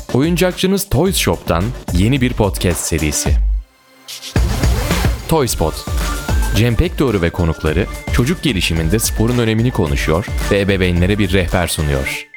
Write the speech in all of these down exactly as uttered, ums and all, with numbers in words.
Oyuncakçınız Toys Shop'tan yeni bir podcast serisi. Toyspot. Cem Pekdoğru ve konukları çocuk gelişiminde sporun önemini konuşuyor ve ebeveynlere bir rehber sunuyor.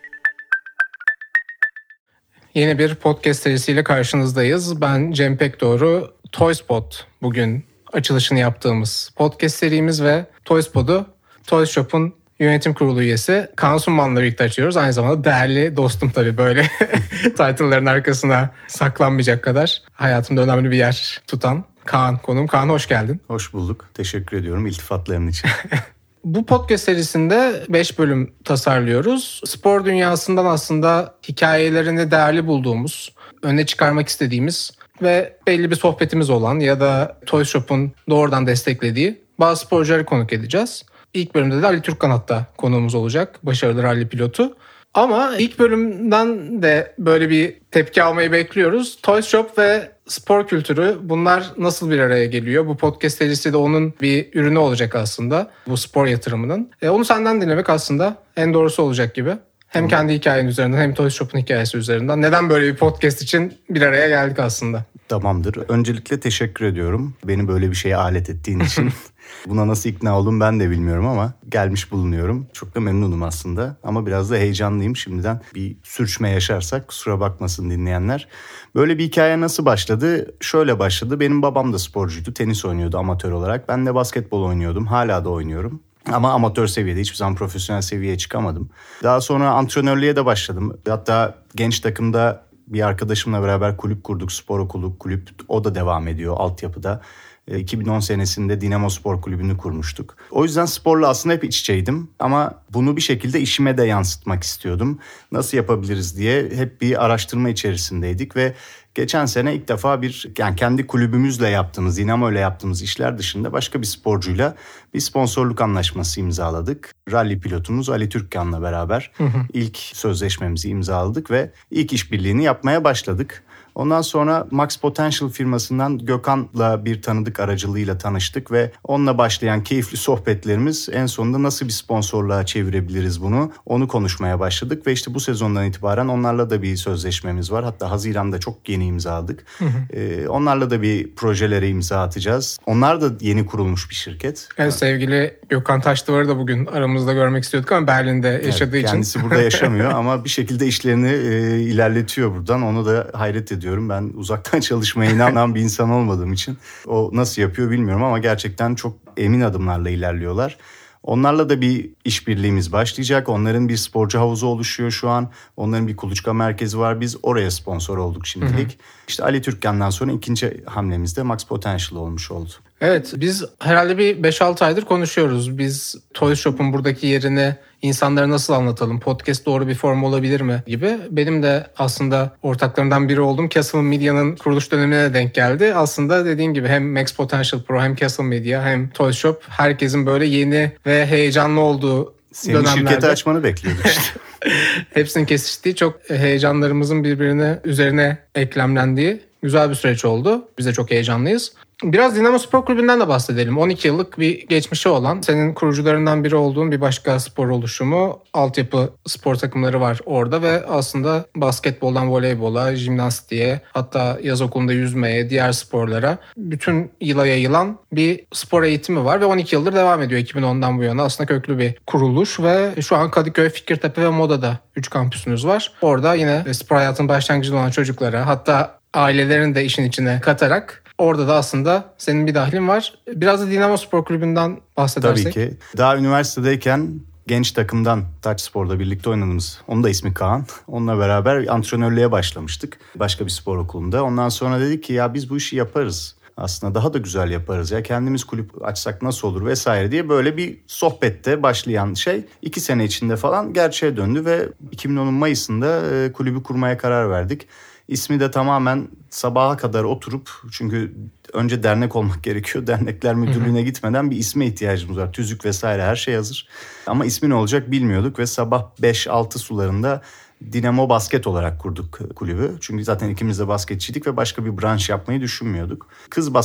Yeni bir podcast serisiyle karşınızdayız. Ben Cem Pekdoğru. Toyspot bugün açılışını yaptığımız podcast serimiz ve Toyspot'u Toys Shop'un yönetim kurulu üyesi Kaan Sunman'la birlikte açıyoruz. Aynı zamanda değerli dostum tabii, böyle title'ların arkasına saklanmayacak kadar hayatımda önemli bir yer tutan Kaan konuğum. Kaan, hoş geldin. Hoş bulduk. Teşekkür ediyorum iltifatların için. Bu podcast serisinde beş bölüm tasarlıyoruz. Spor dünyasından aslında hikayelerini değerli bulduğumuz, öne çıkarmak istediğimiz ve belli bir sohbetimiz olan ya da Toys Shop'un doğrudan desteklediği bazı sporcuları konuk edeceğiz. İlk bölümde de Ali Türkkan hatta konuğumuz olacak. Başarılı ralli pilotu. Ama ilk bölümden de böyle bir tepki almayı bekliyoruz. Toys Shop ve spor kültürü, bunlar nasıl bir araya geliyor? Bu podcast serisi de onun bir ürünü olacak aslında, bu spor yatırımının. E, onu senden dinlemek aslında en doğrusu olacak gibi. Hem kendi hikayenin üzerinden hem Toys Shop'un hikayesi üzerinden. Neden böyle bir podcast için bir araya geldik aslında? Tamamdır. Öncelikle teşekkür ediyorum. Beni böyle bir şeye alet ettiğin için. Buna nasıl ikna oldum ben de bilmiyorum ama gelmiş bulunuyorum. Çok da memnunum aslında ama biraz da heyecanlıyım. Şimdiden bir sürçme yaşarsak kusura bakmasın dinleyenler. Böyle bir hikaye nasıl başladı? Şöyle başladı. Benim babam da sporcuydu. Tenis oynuyordu amatör olarak. Ben de basketbol oynuyordum. Hala da oynuyorum. Ama amatör seviyede, hiçbir zaman profesyonel seviyeye çıkamadım. Daha sonra antrenörlüğe de başladım. Hatta genç takımda bir arkadaşımla beraber kulüp kurduk. Spor okulu kulüp. O da devam ediyor altyapıda. iki bin on senesinde Dinamo Spor Kulübü'nü kurmuştuk. O yüzden sporla aslında hep iç içeydim. Ama bunu bir şekilde işime de yansıtmak istiyordum. Nasıl yapabiliriz diye hep bir araştırma içerisindeydik ve geçen sene ilk defa bir, yani kendi kulübümüzle yaptığımız, Dinamo ile yaptığımız işler dışında başka bir sporcuyla bir sponsorluk anlaşması imzaladık. Rally pilotumuz Ali Türkkan'la beraber hı hı. ilk sözleşmemizi imzaladık ve ilk işbirliğini yapmaya başladık. Ondan sonra Max Potential firmasından Gökhan'la bir tanıdık aracılığıyla tanıştık ve onunla başlayan keyifli sohbetlerimiz en sonunda nasıl bir sponsorluğa çevirebiliriz bunu, onu konuşmaya başladık ve işte bu sezondan itibaren onlarla da bir sözleşmemiz var. Hatta Haziran'da çok yeni imzaladık. Hı hı. Ee, onlarla da bir projelere imza atacağız. Onlar da yeni kurulmuş bir şirket. Evet, sevgili Gökhan Taştıvar'ı da bugün aramızda görmek istiyorduk ama Berlin'de yaşadığı evet, için. Kendisi burada yaşamıyor ama bir şekilde işlerini e, ilerletiyor buradan. Onu da hayret ediyorum. Diyorum. Ben uzaktan çalışmaya inanan bir insan olmadığım için o nasıl yapıyor bilmiyorum ama gerçekten çok emin adımlarla ilerliyorlar. Onlarla da bir işbirliğimiz başlayacak. Onların bir sporcu havuzu oluşuyor şu an. Onların bir kuluçka merkezi var. Biz oraya sponsor olduk şimdilik. Hı hı. İşte Ali Türkkan'dan sonra ikinci hamlemiz de Max Potential olmuş oldu. Evet, biz herhalde bir beş altı aydır konuşuyoruz. Biz Toys Shop'un buradaki yerini insanlara nasıl anlatalım? Podcast doğru bir form olabilir mi gibi. Benim de aslında ortaklarımdan biri oldum. Castle Media'nın kuruluş dönemine de denk geldi. Aslında dediğin gibi hem Max Potential Pro hem Castle Media hem Toys Shop herkesin böyle yeni ve heyecanlı olduğu Senin dönemlerde. Senin şirketi açmanı bekliyorduk işte. Hepsinin kesiştiği, çok heyecanlarımızın birbirine üzerine eklemlendiği güzel bir süreç oldu. Biz de çok heyecanlıyız. Biraz Dinamo Spor Kulübü'nden de bahsedelim. on iki yıllık bir geçmişi olan, senin kurucularından biri olduğun bir başka spor oluşumu. Altyapı spor takımları var orada ve aslında basketboldan voleybola, jimnastiğe, hatta yaz okulunda yüzmeye, diğer sporlara bütün yıla yayılan bir spor eğitimi var ve on iki yıldır devam ediyor. iki bin ondan bu yana aslında köklü bir kuruluş ve şu an Kadıköy, Fikirtepe ve Moda'da üç kampüsünüz var. Orada yine spor hayatının başlangıcında olan çocuklara, hatta ailelerini de işin içine katarak orada da aslında senin bir dahlin var. Biraz da Dinamo Spor Kulübü'nden bahsedersek. Tabii ki. Daha üniversitedeyken genç takımdan Taç Spor'da birlikte oynadığımız, onun da ismi Kaan. Onunla beraber antrenörlüğe başlamıştık başka bir spor okulunda. Ondan sonra dedik ki ya biz bu işi yaparız. Aslında daha da güzel yaparız ya. Kendimiz kulüp açsak nasıl olur vesaire diye böyle bir sohbette başlayan şey iki sene içinde falan gerçeğe döndü ve iki bin onun Mayıs'ında kulübü kurmaya karar verdik. İsmi de tamamen sabaha kadar oturup, çünkü önce dernek olmak gerekiyor. Dernekler müdürlüğüne gitmeden bir isme ihtiyacımız var. Tüzük vesaire her şey hazır. Ama ismi ne olacak bilmiyorduk ve sabah beş altı sularında Dinamo Basket olarak kurduk kulübü. Çünkü zaten ikimiz de basketçiydik ve başka bir branş yapmayı düşünmüyorduk. Kız basket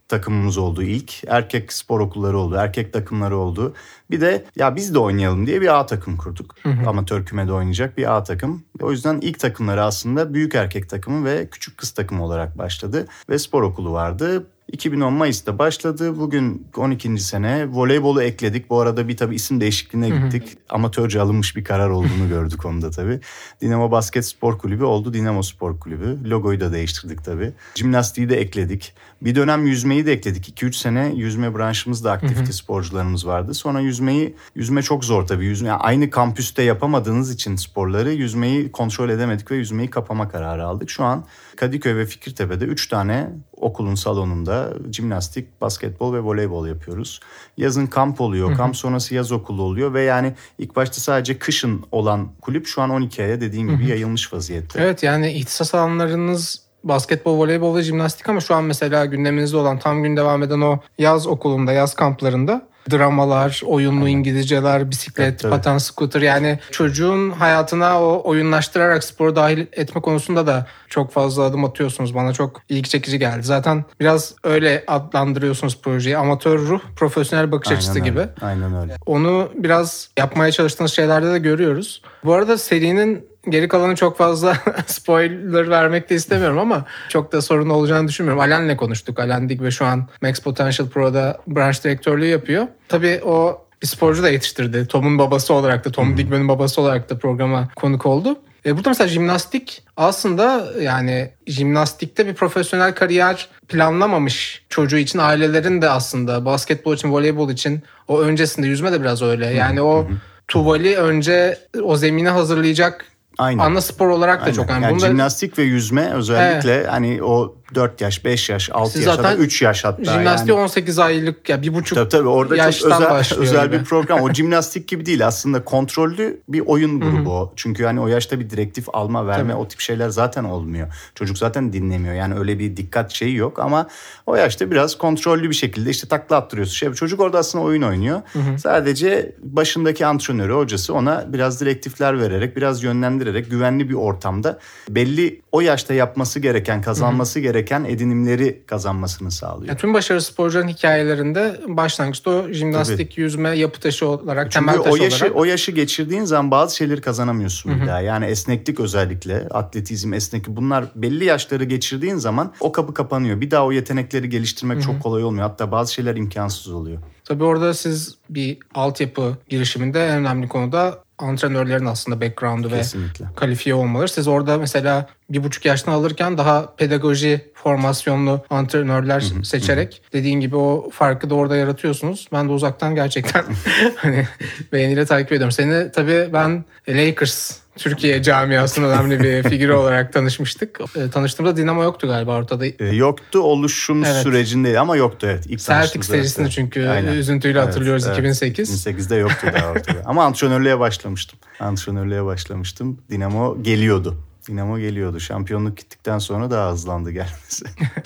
takımımız oldu ilk. Erkek spor okulları oldu, erkek takımları oldu. Bir de ya biz de oynayalım diye bir A takım kurduk. Hı hı. Amatör kümede oynayacak bir A takım. O yüzden ilk takımları aslında büyük erkek takımı ve küçük kız takımı olarak başladı. Ve spor okulu vardı. iki bin on Mayıs'ta başladı. Bugün on ikinci sene. Voleybolu ekledik. Bu arada bir tabii isim değişikliğine gittik. Hı hı. Amatörce alınmış bir karar olduğunu gördük onda tabii. Dinamo Basket Spor Kulübü oldu Dinamo Spor Kulübü. Logoyu da değiştirdik tabii. Jimnastiği de ekledik. Bir dönem yüzmeyi de ekledik. iki üç sene yüzme branşımızda aktifti, hı hı. sporcularımız vardı. Sonra yüzmeyi, yüzme çok zor tabii. Yüzme, yani aynı kampüste yapamadığınız için sporları yüzmeyi kontrol edemedik ve yüzmeyi kapama kararı aldık. Şu an Kadıköy ve Fikirtepe'de üç tane okulun salonunda jimnastik, basketbol ve voleybol yapıyoruz. Yazın kamp oluyor, kamp sonrası yaz okulu oluyor ve yani ilk başta sadece kışın olan kulüp şu an on iki aya dediğin gibi yayılmış vaziyette. Evet, yani ihtisas alanlarınız basketbol, voleybol ve jimnastik ama şu an mesela gündeminizde olan, tam gün devam eden o yaz okulunda, yaz kamplarında dramalar, oyunlu Aynen. İngilizceler, bisiklet, evet, paten, scooter, yani çocuğun hayatına o oyunlaştırarak sporu dahil etme konusunda da çok fazla adım atıyorsunuz. Bana çok ilgi çekici geldi. Zaten biraz öyle adlandırıyorsunuz projeyi. Amatör ruh, profesyonel bakış Aynen açısı öyle. gibi. Aynen öyle. Onu biraz yapmaya çalıştığınız şeylerde de görüyoruz. Bu arada serinin geri kalanı çok fazla spoiler vermek de istemiyorum ama çok da sorun olacağını düşünmüyorum. Alan'la konuştuk. Alan Digbe şu an Max Potential Pro'da branş direktörlüğü yapıyor. Tabii o bir sporcu da yetiştirdi. Tom'un babası olarak da, Tom Digbe'nin babası olarak da programa konuk oldu. E burada mesela jimnastik aslında, yani jimnastikte bir profesyonel kariyer planlamamış çocuğu için ailelerin de aslında basketbol için, voleybol için, o öncesinde yüzme de biraz öyle. Yani o tuvali önce o zemini hazırlayacak Aynen. ana spor olarak da Aynen. çok. Yani, yani bunda... jimnastik ve yüzme özellikle evet. hani o dört yaş, beş yaş, altı yaş hatta üç yaş hatta. Jimnastiği yani. on sekiz aylık ya bir buçuk tabii, tabii. Orada yaştan çok özel, başlıyor. özel bir program. O jimnastik gibi değil aslında, kontrollü bir oyun grubu o. Çünkü hani o yaşta bir direktif alma, verme tabii. o tip şeyler zaten olmuyor. Çocuk zaten dinlemiyor. Yani öyle bir dikkat şeyi yok ama o yaşta biraz kontrollü bir şekilde işte takla attırıyorsun. Şey, çocuk orada aslında oyun oynuyor. Hı hı. Sadece başındaki antrenörü, hocası ona biraz direktifler vererek, biraz yönlendirerek güvenli bir ortamda belli o yaşta yapması gereken, kazanması hı hı. gereken edinimleri kazanmasını sağlıyor. Ya, tüm başarılı sporcuların hikayelerinde başlangıçta o jimnastik, Tabii. yüzme, yapı taşı olarak, Çünkü temel taşı o yaşı, olarak. O yaşı geçirdiğin zaman bazı şeyleri kazanamıyorsun Hı-hı. bir daha. Yani esneklik özellikle, atletizm, esneklik, bunlar belli yaşları geçirdiğin zaman o kapı kapanıyor. Bir daha o yetenekleri geliştirmek Hı-hı. çok kolay olmuyor. Hatta bazı şeyler imkansız oluyor. Tabii orada siz bir altyapı girişiminde en önemli konuda antrenörlerin aslında background'u Kesinlikle. ve kalifiye olmaları. Siz orada mesela bir buçuk yaştan alırken daha pedagoji formasyonlu antrenörler hı hı, seçerek hı. dediğin gibi o farkı da orada yaratıyorsunuz. Ben de uzaktan gerçekten hani beğeniyle takip ediyorum. Seni tabii ben Lakers Türkiye camiasının önemli bir figürü olarak tanışmıştık. E, tanıştığımda Dinamo yoktu galiba ortada. E, yoktu, oluşum evet. sürecindeydi ama yoktu evet. İlk Celtics serisini evet. çünkü Aynen. üzüntüyle evet, hatırlıyoruz evet. iki bin sekiz. iki bin sekizde yoktu daha ortada. Ama antrenörlüğe başlamıştım. Antrenörlüğe başlamıştım. Dinamo geliyordu. Dinamo geliyordu. Şampiyonluk gittikten sonra daha hızlandı gelmesi.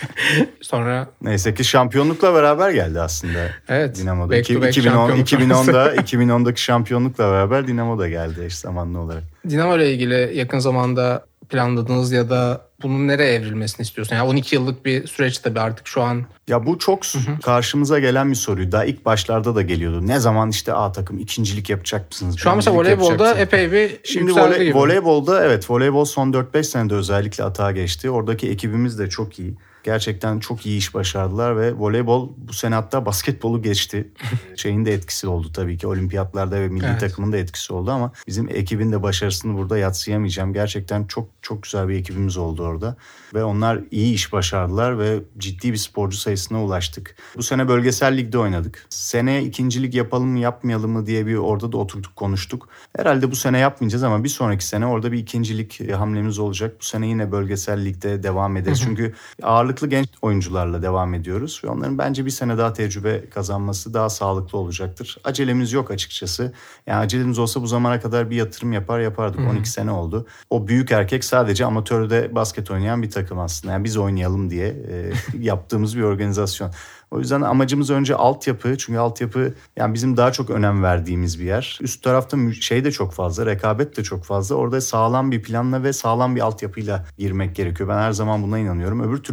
Sonra neyse ki şampiyonlukla beraber geldi aslında. Evet. Dinamo'da. iki bin on, iki bin onda iki bin ondaki şampiyonlukla beraber Dinamo da geldi eş zamanlı olarak. Dinamo ile ilgili yakın zamanda planladığınız ya da bunun nereye evrilmesini istiyorsun? Yani on iki yıllık bir süreç tabii artık şu an. Ya bu çok Hı-hı. karşımıza gelen bir soruydu. Daha ilk başlarda da geliyordu. Ne zaman işte A takım ikincilik yapacak mısınız? Şu an mesela voleybolda epey bir Şimdi yükseldi voley, gibi. Voleybolda evet, voleybol son dört beş senede özellikle atağa geçti. Oradaki ekibimiz de çok iyi. Gerçekten çok iyi iş başardılar ve voleybol bu sene hatta basketbolu geçti. Şeyin de etkisi oldu tabii ki. Olimpiyatlarda ve milli evet. takımın da etkisi oldu ama bizim ekibin de başarısını burada yadsıyamayacağım. Gerçekten çok çok güzel bir ekibimiz oldu orada. Ve onlar iyi iş başardılar ve ciddi bir sporcu sayısına ulaştık. Bu sene bölgesel ligde oynadık. Seneye ikincilik yapalım mı yapmayalım mı diye bir orada da oturduk konuştuk. Herhalde bu sene yapmayacağız ama bir sonraki sene orada bir ikincilik hamlemiz olacak. Bu sene yine bölgesel ligde devam ederiz. Çünkü ağırlıklı genç oyuncularla devam ediyoruz. Ve onların bence bir sene daha tecrübe kazanması daha sağlıklı olacaktır. Acelemiz yok açıkçası. Yani acelemiz olsa bu zamana kadar bir yatırım yapar yapardık. Hı-hı. on iki sene oldu. O büyük erkek sadece amatörde basket oynayan bir takım aslında. Yani biz oynayalım diye e, yaptığımız bir organizasyon. O yüzden amacımız önce altyapı. Çünkü altyapı yani bizim daha çok önem verdiğimiz bir yer. Üst tarafta şey de çok fazla, rekabet de çok fazla. Orada sağlam bir planla ve sağlam bir altyapıyla girmek gerekiyor. Ben her zaman buna inanıyorum. Öbür türlü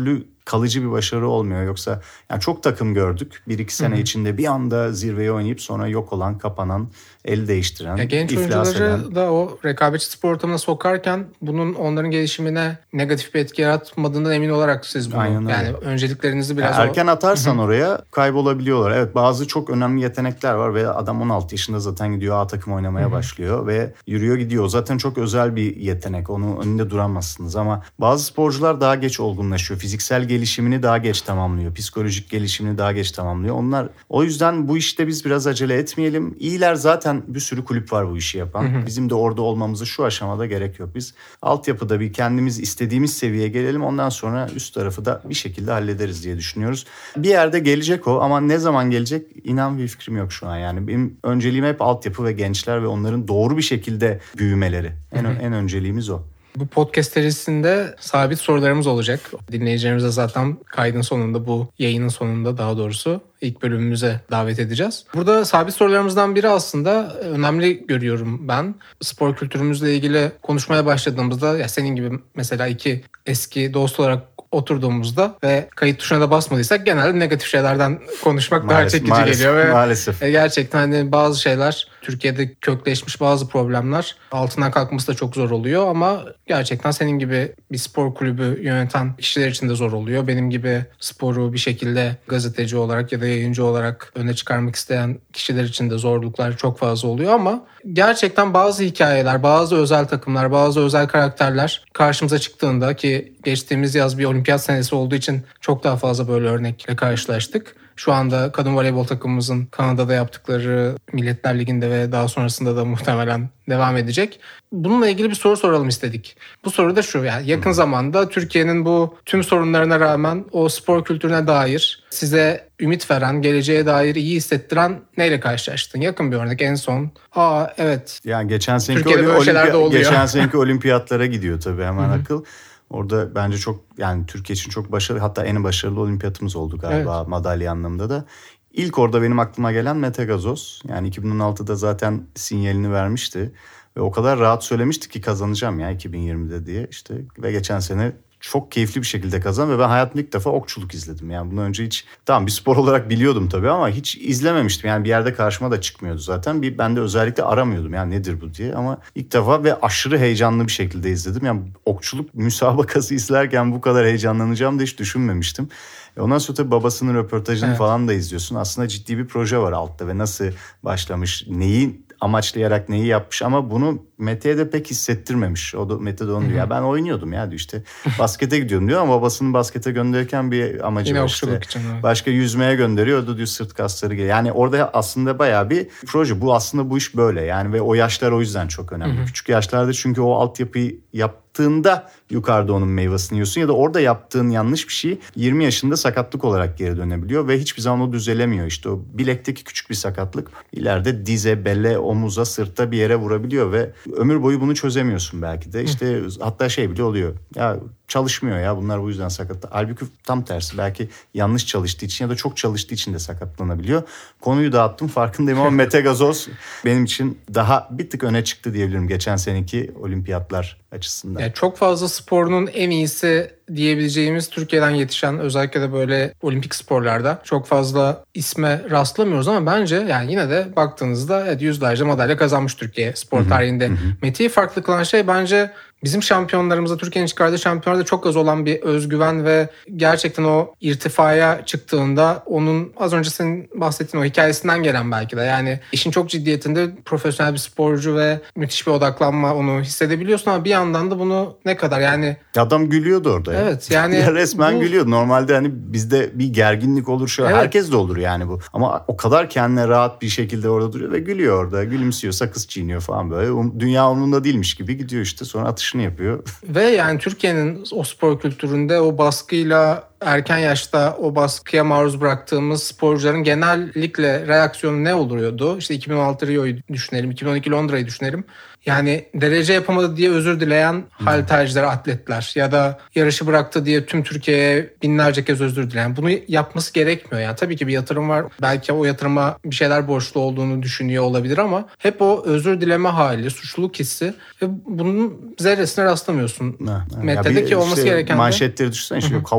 kalıcı bir başarı olmuyor. Yoksa yani çok takım gördük. Bir iki sene Hı-hı. içinde bir anda zirveye oynayıp sonra yok olan, kapanan, el değiştiren, ya genç oyuncuları da o rekabetçi spor ortamına sokarken bunun onların gelişimine negatif bir etki yaratmadığından emin olarak siz bunu Aynen yani öyle. önceliklerinizi biraz yani erken o... atarsan Hı-hı. oraya kaybolabiliyorlar. Evet, bazı çok önemli yetenekler var ve adam on altı yaşında zaten gidiyor A takım oynamaya Hı-hı. başlıyor ve yürüyor gidiyor. Zaten çok özel bir yetenek. Onun önünde duramazsınız ama bazı sporcular daha geç olgunlaşıyor. Fiziksel gelişimini daha geç tamamlıyor. Psikolojik gelişimini daha geç tamamlıyor. Onlar o yüzden bu işte biz biraz acele etmeyelim. İyiler zaten bir sürü kulüp var bu işi yapan. Hı hı. Bizim de orada olmamızı şu aşamada gerek yok. Biz altyapıda bir kendimiz istediğimiz seviyeye gelelim. Ondan sonra üst tarafı da bir şekilde hallederiz diye düşünüyoruz. Bir yerde gelecek o ama ne zaman gelecek inan bir fikrim yok şu an. Yani benim önceliğim hep altyapı ve gençler ve onların doğru bir şekilde büyümeleri. En, hı hı. en önceliğimiz o. Bu podcast serisinde sabit sorularımız olacak. Dinleyicilerimize zaten kaydın sonunda, bu yayının sonunda daha doğrusu ilk bölümümüze davet edeceğiz. Burada sabit sorularımızdan biri aslında önemli görüyorum ben. Spor kültürümüzle ilgili konuşmaya başladığımızda ya senin gibi mesela iki eski dost olarak oturduğumuzda ve kayıt tuşuna da basmadıysak genelde negatif şeylerden konuşmak maalesef, daha çekici maalesef, geliyor. Ve maalesef. Gerçekten hani bazı şeyler, Türkiye'de kökleşmiş bazı problemler altından kalkması da çok zor oluyor ama gerçekten senin gibi bir spor kulübü yöneten kişiler için de zor oluyor. Benim gibi sporu bir şekilde gazeteci olarak ya da yayıncı olarak öne çıkarmak isteyen kişiler için de zorluklar çok fazla oluyor ama gerçekten bazı hikayeler, bazı özel takımlar, bazı özel karakterler karşımıza çıktığında ki geçtiğimiz yaz bir olimpiyat senesi olduğu için çok daha fazla böyle örnekle karşılaştık. Şu anda kadın voleybol takımımızın Kanada'da yaptıkları Milletler Ligi'nde ve daha sonrasında da muhtemelen devam edecek. Bununla ilgili bir soru soralım istedik. Bu soru da şu, yani yakın zamanda Türkiye'nin bu tüm sorunlarına rağmen o spor kültürüne dair size ümit veren, geleceğe dair iyi hissettiren neyle karşılaştın? Yakın bir örnek en son. Aa evet. Yani geçen seneki oli- olimpi- geçen seneki olimpiyatlara gidiyor tabii hemen akıl. Orada bence çok yani Türkiye için çok başarılı, hatta en başarılı olimpiyatımız oldu galiba evet. madalya anlamında da. İlk orada benim aklıma gelen Mete Gazoz. Yani iki bin on altıda zaten sinyalini vermişti. Ve o kadar rahat söylemişti ki kazanacağım ya iki bin yirmide diye işte. Ve geçen sene çok keyifli bir şekilde kazandım ve ben hayatımda ilk defa okçuluk izledim. Yani bundan önce hiç tamam bir spor olarak biliyordum tabii ama hiç izlememiştim. Yani bir yerde karşıma da çıkmıyordu zaten. Bir, ben de özellikle aramıyordum yani nedir bu diye ama ilk defa ve aşırı heyecanlı bir şekilde izledim. Yani okçuluk müsabakası izlerken bu kadar heyecanlanacağımı da hiç düşünmemiştim. Ondan sonra tabii babasının röportajını evet. falan da izliyorsun. Aslında ciddi bir proje var altta ve nasıl başlamış, neyi amaçlayarak neyi yapmış ama bunu Mete'ye de pek hissettirmemiş. O da Mete de onu diyor. Ya ben oynuyordum ya diyor işte. Baskete gidiyorum diyor ama babasının baskete gönderirken bir amacı Yine var işte. Için, evet. Başka yüzmeye gönderiyor. O da diyor sırt kasları geliyor. Yani orada aslında bayağı bir proje. Bu aslında bu iş böyle. Yani ve o yaşlar o yüzden çok önemli. Hı hı. Küçük yaşlarda çünkü o altyapıyı yaptığında yukarıda onun meyvesini yiyorsun ya da orada yaptığın yanlış bir şey yirmi yaşında sakatlık olarak geri dönebiliyor ve hiçbir zaman o düzelemiyor. İşte o bilekteki küçük bir sakatlık ileride dize, bele, omuza, sırtta bir yere vurabiliyor ve ömür boyu bunu çözemiyorsun belki de. İşte Hı. hatta şey bile oluyor. Ya çalışmıyor ya bunlar bu yüzden sakat. Halbuki tam tersi belki yanlış çalıştığı için ya da çok çalıştığı için de sakatlanabiliyor. Konuyu dağıttım farkındayım ama Mete Gazoz benim için daha bir tık öne çıktı diyebilirim geçen seneki olimpiyatlar açısından. Yani çok fazla sporunun en iyisi diyebileceğimiz Türkiye'den yetişen özellikle de böyle olimpik sporlarda çok fazla isme rastlamıyoruz ama bence yani yine de baktığınızda evet, yüzlerce madalya kazanmış Türkiye spor tarihinde. Mete'yi farklı kılan şey bence bizim şampiyonlarımızda, Türkiye'nin çıkardığı şampiyonlarda çok az olan bir özgüven ve gerçekten o irtifaya çıktığında onun az önce senin bahsettiğin o hikayesinden gelen belki de. Yani işin çok ciddiyetinde profesyonel bir sporcu ve müthiş bir odaklanma onu hissedebiliyorsun ama bir yandan da bunu ne kadar yani... Adam gülüyordu orada. Ya. Evet yani... ya resmen bu... gülüyordu. Normalde hani bizde bir gerginlik olur şöyle. Evet. Herkes de olur yani bu. Ama o kadar kendine rahat bir şekilde orada duruyor ve gülüyor orada. Gülümsüyor, sakız çiğniyor falan böyle. Dünya onunla değilmiş gibi gidiyor işte. Sonra atış yapıyor. Ve yani Türkiye'nin o spor kültüründe o baskıyla erken yaşta o baskıya maruz bıraktığımız sporcuların genellikle reaksiyonu ne oluyordu? İşte iki bin on altı Rio'yu düşünelim, iki bin on iki Londra'yı düşünelim. Yani derece yapamadı diye özür dileyen halterciler, atletler ya da yarışı bıraktı diye tüm Türkiye'ye binlerce kez özür dileyen. Bunu yapması gerekmiyor. Yani tabii ki bir yatırım var. Belki o yatırıma bir şeyler borçlu olduğunu düşünüyor olabilir ama hep o özür dileme hali, suçluluk hissi ve bunun zerresine rastlamıyorsun. Mete'deki olması işte gereken manşetleri düşünsene işte havuzda boğ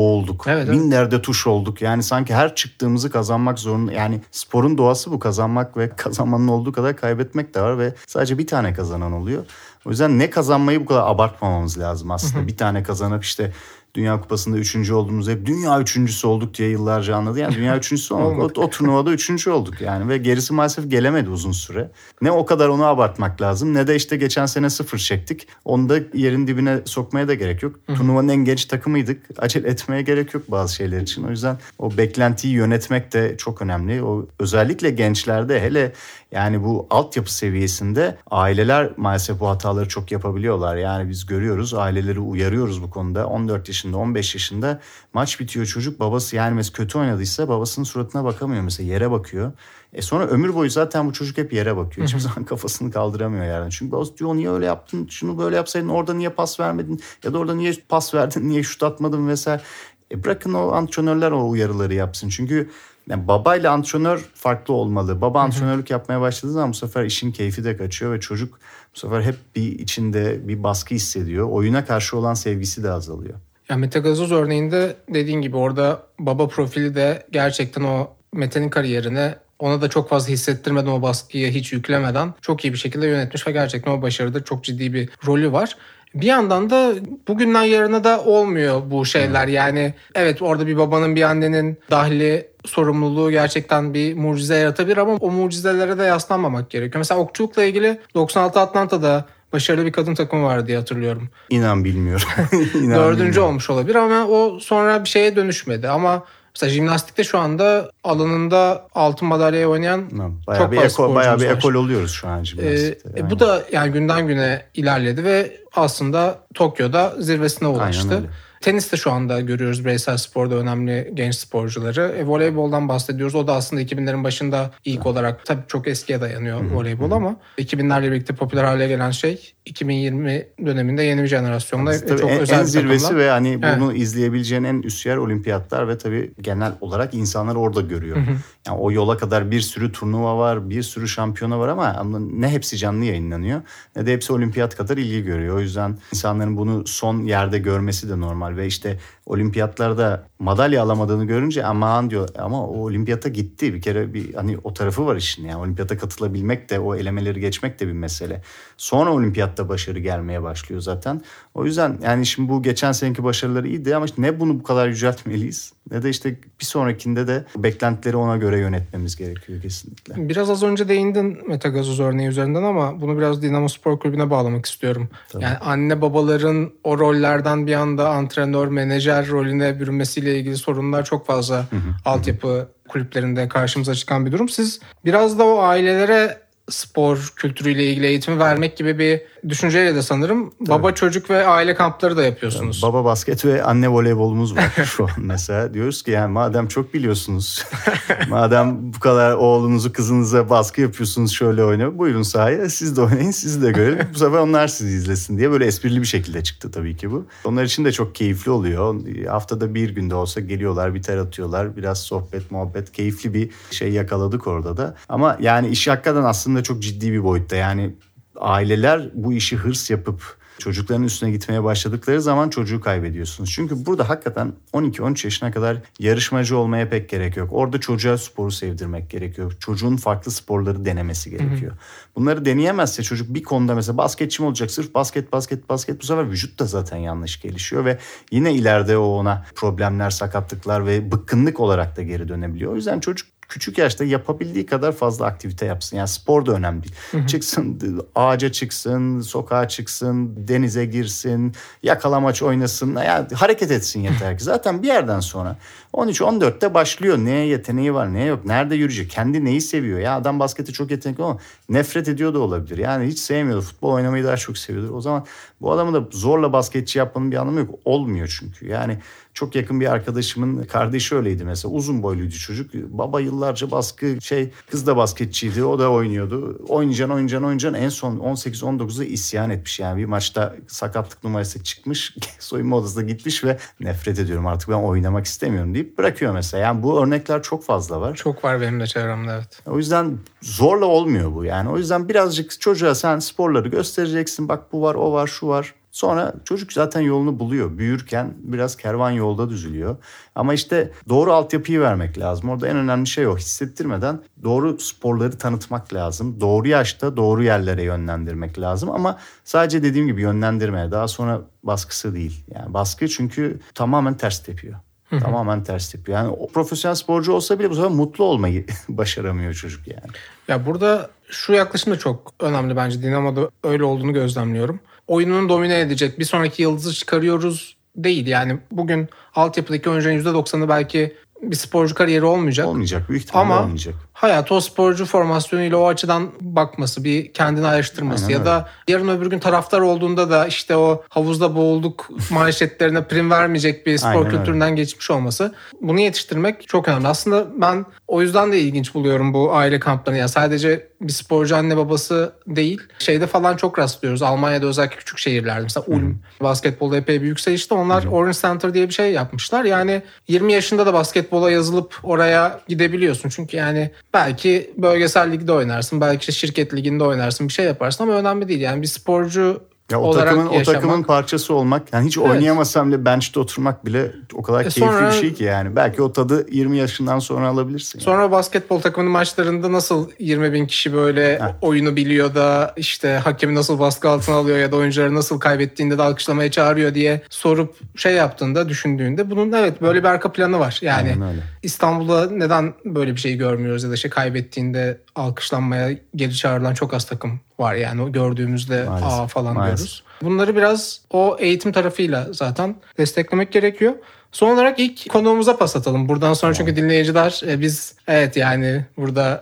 boğulduk. Evet, Minderde evet. tuş olduk. Yani sanki her çıktığımızı kazanmak zorunda. Yani sporun doğası bu, kazanmak ve kazanmanın olduğu kadar kaybetmek de var ve sadece bir tane kazanan oluyor. O yüzden ne kazanmayı bu kadar abartmamamız lazım aslında. Hı hı. Bir tane kazanıp işte Dünya Kupası'nda üçüncü olduğumuz, hep dünya üçüncüsü olduk diye yıllarca anladı. Yani dünya üçüncüsü olmadık. O, o turnuvada üçüncü olduk yani. Ve gerisi maalesef gelemedi uzun süre. Ne o kadar onu abartmak lazım, ne de işte geçen sene sıfır çektik. Onu da yerin dibine sokmaya da gerek yok. Hı-hı. Turnuvanın en genç takımıydık. Acele etmeye gerek yok bazı şeyler için. O yüzden o beklentiyi yönetmek de çok önemli. O özellikle gençlerde, hele yani bu altyapı seviyesinde aileler maalesef bu hataları çok yapabiliyorlar. Yani biz görüyoruz, aileleri uyarıyoruz bu konuda. on dört yaşında, on beş yaşında maç bitiyor, çocuk babası yani mesela kötü oynadıysa babasının suratına bakamıyor, mesela yere bakıyor. E sonra ömür boyu zaten bu çocuk hep yere bakıyor. Hiçbir zaman kafasını kaldıramıyor yani. Çünkü babası diyor, niye öyle yaptın, şunu böyle yapsaydın, orada niye pas vermedin ya da orada niye pas verdin, niye şut atmadın vesaire. E bırakın o antrenörler o uyarıları yapsın. Çünkü yani babayla antrenör farklı olmalı. Baba antrenörlük yapmaya başladığı zaman bu sefer işin keyfi de kaçıyor ve çocuk bu sefer hep bir içinde bir baskı hissediyor. Oyuna karşı olan sevgisi de azalıyor. Ya Mete Gazoz örneğinde dediğin gibi orada baba profili de gerçekten o Mete'nin kariyerine, ona da çok fazla hissettirmeden, o baskıyı hiç yüklemeden çok iyi bir şekilde yönetmiş ve gerçekten o başarıda çok ciddi bir rolü var. Bir yandan da bugünden yarına da olmuyor bu şeyler. Yani evet, orada bir babanın, bir annenin dahli sorumluluğu gerçekten bir mucize yaratabilir ama o mucizelere de yaslanmamak gerekiyor. Mesela okçulukla ilgili doksan altı Atlanta'da başarılı bir kadın takımı vardı diye hatırlıyorum. İnan bilmiyorum. İnan Dördüncü bilmiyorum. olmuş olabilir ama o sonra bir şeye dönüşmedi. Ama mesela jimnastikte şu anda alanında altın madalyaya oynayan bayağı çok bir fazla ekol, sporcumuz bayağı bir var. ekol oluyoruz şu an jimnastikte. Ee, bu da yani günden güne ilerledi ve aslında Tokyo'da zirvesine ulaştı. Tenis de şu anda görüyoruz bireysel sporda önemli genç sporcuları. E, voleyboldan bahsediyoruz. O da aslında iki binlerin başında ilk evet. olarak, tabii çok eskiye dayanıyor Hı-hı. voleybol ama iki binlerle birlikte popüler hale gelen şey iki bin yirmi döneminde yeni bir jenerasyonda e, çok en, özel en bir zirvesi takımla. Ve hani evet. bunu izleyebileceğin en üst yer olimpiyatlar ve tabii genel olarak insanlar orada görüyor. Hı-hı. Yani o yola kadar bir sürü turnuva var, bir sürü şampiyona var ama ne hepsi canlı yayınlanıyor ne de hepsi olimpiyat kadar ilgi görüyor. O yüzden insanların bunu son yerde görmesi de normal ve işte olimpiyatlarda madalya alamadığını görünce aman diyor, ama o olimpiyata gitti bir kere, bir hani o tarafı var işin. Yani olimpiyata katılabilmek de, o elemeleri geçmek de bir mesele. Sonra olimpiyatta başarı gelmeye başlıyor zaten. O yüzden yani şimdi bu geçen seneki başarıları iyiydi ama işte ne bunu bu kadar yüceltmeliyiz ne de işte bir sonrakinde de beklentileri ona göre yönetmemiz gerekiyor kesinlikle. Biraz az önce değindin Mete Gazoz örneği üzerinden ama bunu biraz Dinamo Spor Kulübü'ne bağlamak istiyorum. Tabii. Yani anne babaların o rollerden bir anda antrenör, menajer rolüne bürünmesiyle ilgili sorunlar çok fazla hı hı, altyapı hı. kulüplerinde karşımıza çıkan bir durum. Siz biraz da o ailelere spor kültürüyle ilgili eğitimi vermek gibi bir düşünceyle de sanırım Tabii. baba çocuk ve aile kampları da yapıyorsunuz. Baba basket ve anne voleybolumuz var şu an mesela. Diyoruz ki yani madem çok biliyorsunuz, madem bu kadar oğlunuzu kızınıza baskı yapıyorsunuz, şöyle oynayın, buyurun sahaya siz de oynayın, sizi de görelim. Bu sefer onlar sizi izlesin diye böyle esprili bir şekilde çıktı tabii ki bu. Onlar için de çok keyifli oluyor. Haftada bir günde olsa geliyorlar, bir ter atıyorlar, biraz sohbet muhabbet, keyifli bir şey yakaladık orada da. Ama yani iş hakikaten aslında çok ciddi bir boyutta. Yani aileler bu işi hırs yapıp çocukların üstüne gitmeye başladıkları zaman çocuğu kaybediyorsunuz. Çünkü burada hakikaten on iki on üç yaşına kadar yarışmacı olmaya pek gerek yok. Orada çocuğa sporu sevdirmek gerekiyor. Çocuğun farklı sporları denemesi gerekiyor. Hı hı. Bunları deneyemezse çocuk bir konuda mesela basketçi mi olacak? Sırf basket basket basket, bu sefer vücut da zaten yanlış gelişiyor ve yine ileride o ona problemler, sakatlıklar ve bıkkınlık olarak da geri dönebiliyor. O yüzden çocuk küçük yaşta yapabildiği kadar fazla aktivite yapsın. Yani spor da önemli değil. Hı hı. Çıksın, ağaca çıksın, sokağa çıksın, denize girsin, yakalamaç oynasın. Yani hareket etsin yeter ki. Zaten bir yerden sonra on üç on dörtte başlıyor. Neye yeteneği var, neye yok, nerede yürüyecek, kendi neyi seviyor. Ya adam basketi çok yetenekli ama nefret ediyor da olabilir. Yani hiç sevmiyordu. Futbol oynamayı daha çok seviyordur. O zaman bu adamı da zorla basketçi yapmanın bir anlamı yok. Olmuyor çünkü. Yani çok yakın bir arkadaşımın kardeşi öyleydi mesela. Uzun boyluydu çocuk. Baba yıllarca baskı şey, kız da basketçiydi. O da oynuyordu. Oynayacaksın, oynayacaksın, oynayacaksın. En son on sekiz on dokuzda isyan etmiş. Yani bir maçta sakatlık numarası çıkmış. Soyunma odasına gitmiş ve nefret ediyorum artık, ben oynamak istemiyorum deyip bırakıyor mesela. Yani bu örnekler çok fazla var. Çok var benim de çevremde, evet. O yüzden zorla olmuyor bu yani. O yüzden birazcık çocuğa sen sporları göstereceksin. Bak bu var, o var, şu var. Sonra çocuk zaten yolunu buluyor. Büyürken biraz kervan yolda düzülüyor. Ama işte doğru altyapıyı vermek lazım. Orada en önemli şey o. Hissettirmeden doğru sporları tanıtmak lazım. Doğru yaşta doğru yerlere yönlendirmek lazım. Ama sadece dediğim gibi yönlendirmeye, daha sonra baskısı değil. Yani baskı çünkü tamamen ters tepiyor. Hı-hı. Tamamen ters tepiyor. Yani o profesyonel sporcu olsa bile bu sefer mutlu olmayı başaramıyor çocuk yani. Ya burada şu yaklaşım da çok önemli bence. Dinamo'da öyle olduğunu gözlemliyorum. Oyununu domine edecek bir sonraki yıldızı çıkarıyoruz değil. Yani bugün altyapıdaki oyuncuların yüzde doksanı belki bir sporcu kariyeri olmayacak. Olmayacak. Büyük ihtimalle ama olmayacak. Hayat o sporcu formasyonuyla o açıdan bakması, bir kendini araştırması. Aynen ya öyle. Da yarın öbür gün taraftar olduğunda da işte o havuzda boğulduk manşetlerine prim vermeyecek bir spor Aynen kültüründen öyle. Geçmiş olması. Bunu yetiştirmek çok önemli. Aslında ben o yüzden de ilginç buluyorum bu aile kamplarını. Yani sadece bir sporcu anne babası değil. Şeyde falan çok rastlıyoruz. Almanya'da özellikle küçük şehirlerde. Mesela Ulm. Hı-hı. Basketbolda epey bir yükselişte. Onlar Hı-hı. Orange Center diye bir şey yapmışlar. Yani yirmi yaşında da basketbola yazılıp oraya gidebiliyorsun. Çünkü yani belki bölgesel ligde oynarsın. Belki işte şirket liginde oynarsın. Bir şey yaparsın ama önemli değil. Yani bir sporcu ya o olarak takımın, yaşamak. O takımın parçası olmak. Yani hiç evet. oynayamasam bile bench'te oturmak bile o kadar e keyifli sonra, bir şey ki yani. Belki o tadı yirmi yaşından sonra alabilirsin. Sonra yani. Basketbol takımının maçlarında nasıl yirmi bin kişi böyle Heh. oyunu biliyor da işte hakemi nasıl baskı altına alıyor ya da oyuncuları nasıl kaybettiğinde de alkışlamaya çağırıyor diye sorup şey yaptığında, düşündüğünde bunun evet böyle bir arka planı var. Yani İstanbul'da neden böyle bir şey görmüyoruz ya da şey kaybettiğinde alkışlanmaya geri çağrılan çok az takım var. Yani o gördüğümüzde maalesef, aa falan maalesef. diyoruz. Bunları biraz o eğitim tarafıyla zaten desteklemek gerekiyor. Son olarak ilk konuğumuza pas atalım. Buradan sonra çünkü dinleyiciler e, biz evet yani burada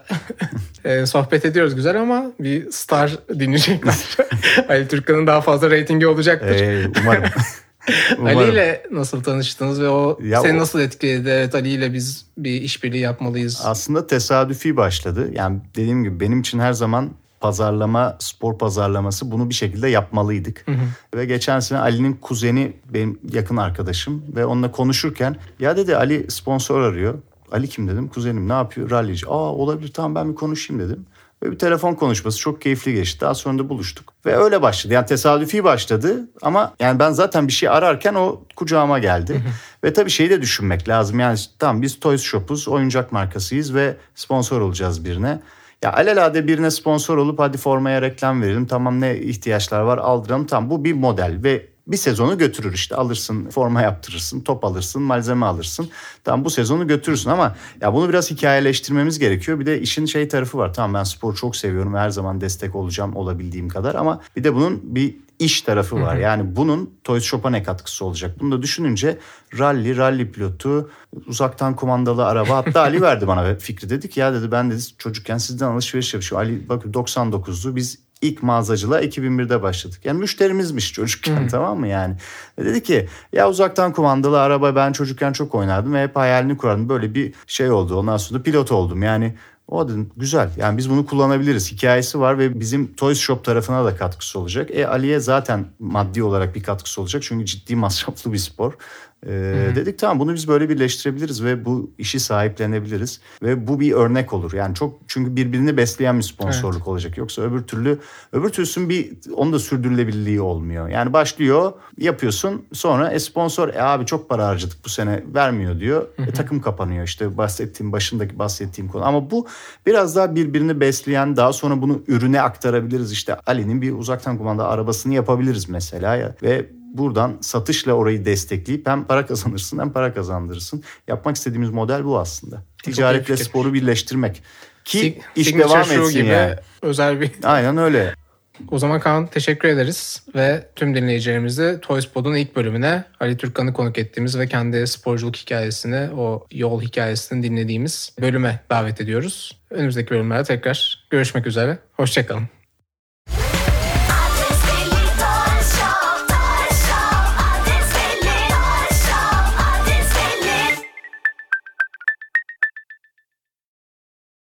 e, sohbet ediyoruz güzel ama bir star dinleyecekler. Ali Türkkan'ın daha fazla reytingi olacaktır. Ee, umarım. Umarım. Ali ile nasıl tanıştınız ve o ya seni o, nasıl etkiledi? Evet, Ali ile biz bir işbirliği yapmalıyız. Aslında tesadüfi başladı. Yani dediğim gibi benim için her zaman pazarlama, spor pazarlaması bunu bir şekilde yapmalıydık. Hı hı. Ve geçen sene Ali'nin kuzeni benim yakın arkadaşım ve onunla konuşurken ya dedi Ali sponsor arıyor. Ali kim dedim? Kuzenim, ne yapıyor? Rallyci. Aa olabilir, tamam ben bir konuşayım dedim. Ve bir telefon konuşması çok keyifli geçti. Daha sonra da buluştuk. Ve öyle başladı. Yani tesadüfi başladı ama yani ben zaten bir şey ararken o kucağıma geldi. Hı hı. Ve tabii şeyi de düşünmek lazım. Yani tamam biz Toys Shop'uz, oyuncak markasıyız ve sponsor olacağız birine. Ya alelade birine sponsor olup hadi formaya reklam verelim. Tamam ne ihtiyaçlar var aldıralım. Tamam bu bir model ve bir sezonu götürür işte, alırsın forma yaptırırsın, top alırsın, malzeme alırsın. Tamam bu sezonu götürürsün ama ya bunu biraz hikayeleştirmemiz gerekiyor. Bir de işin şey tarafı var. Tamam ben sporu çok seviyorum, her zaman destek olacağım olabildiğim kadar ama bir de bunun bir iş tarafı var. Hı hı. Yani bunun Toys Shop'a ne katkısı olacak? Bunu da düşününce rally, rally pilotu, uzaktan kumandalı araba. Hatta Ali verdi bana fikri, dedik ya dedi ben dedi çocukken sizden alışveriş yapıyorum. Ali bak doksan dokuzlu biz ilk mağazacılığa iki bin birde başladık. Yani müşterimizmiş çocukken hmm. tamam mı yani? Ve dedi ki ya uzaktan kumandalı araba ben çocukken çok oynardım ve hep hayalini kurardım. Böyle bir şey oldu. Ondan sonra pilot oldum. Yani o dedim güzel. Yani biz bunu kullanabiliriz. Hikayesi var ve bizim Toys Shop tarafına da katkısı olacak. E Ali'ye zaten maddi olarak bir katkısı olacak. Çünkü ciddi masraflı bir spor. Ee, dedik tamam bunu biz böyle birleştirebiliriz ve bu işi sahiplenebiliriz ve bu bir örnek olur. Yani çok çünkü birbirini besleyen bir sponsorluk evet. olacak. Yoksa öbür türlü öbür türlüsün bir onun da sürdürülebilirliği olmuyor. Yani başlıyor yapıyorsun sonra e sponsor e abi çok para harcadık bu sene vermiyor diyor. E, takım kapanıyor işte bahsettiğim başındaki bahsettiğim konu. Ama bu biraz daha birbirini besleyen, daha sonra bunu ürüne aktarabiliriz. İşte Ali'nin bir uzaktan kumanda arabasını yapabiliriz mesela ya ve buradan satışla orayı destekleyip hem para kazanırsın hem para kazandırırsın. Yapmak istediğimiz model bu aslında. Ticaretle sporu birleştirmek. Ki Sig- iş devam etsin gibi yani. Özel bir... Aynen öyle. O zaman Kaan teşekkür ederiz ve tüm dinleyicilerimizi Toys Pod'un ilk bölümüne Ali Türkkan'ı konuk ettiğimiz ve kendi sporculuk hikayesini, o yol hikayesini dinlediğimiz bölüme davet ediyoruz. Önümüzdeki bölümlerde tekrar görüşmek üzere. Hoşça kalın.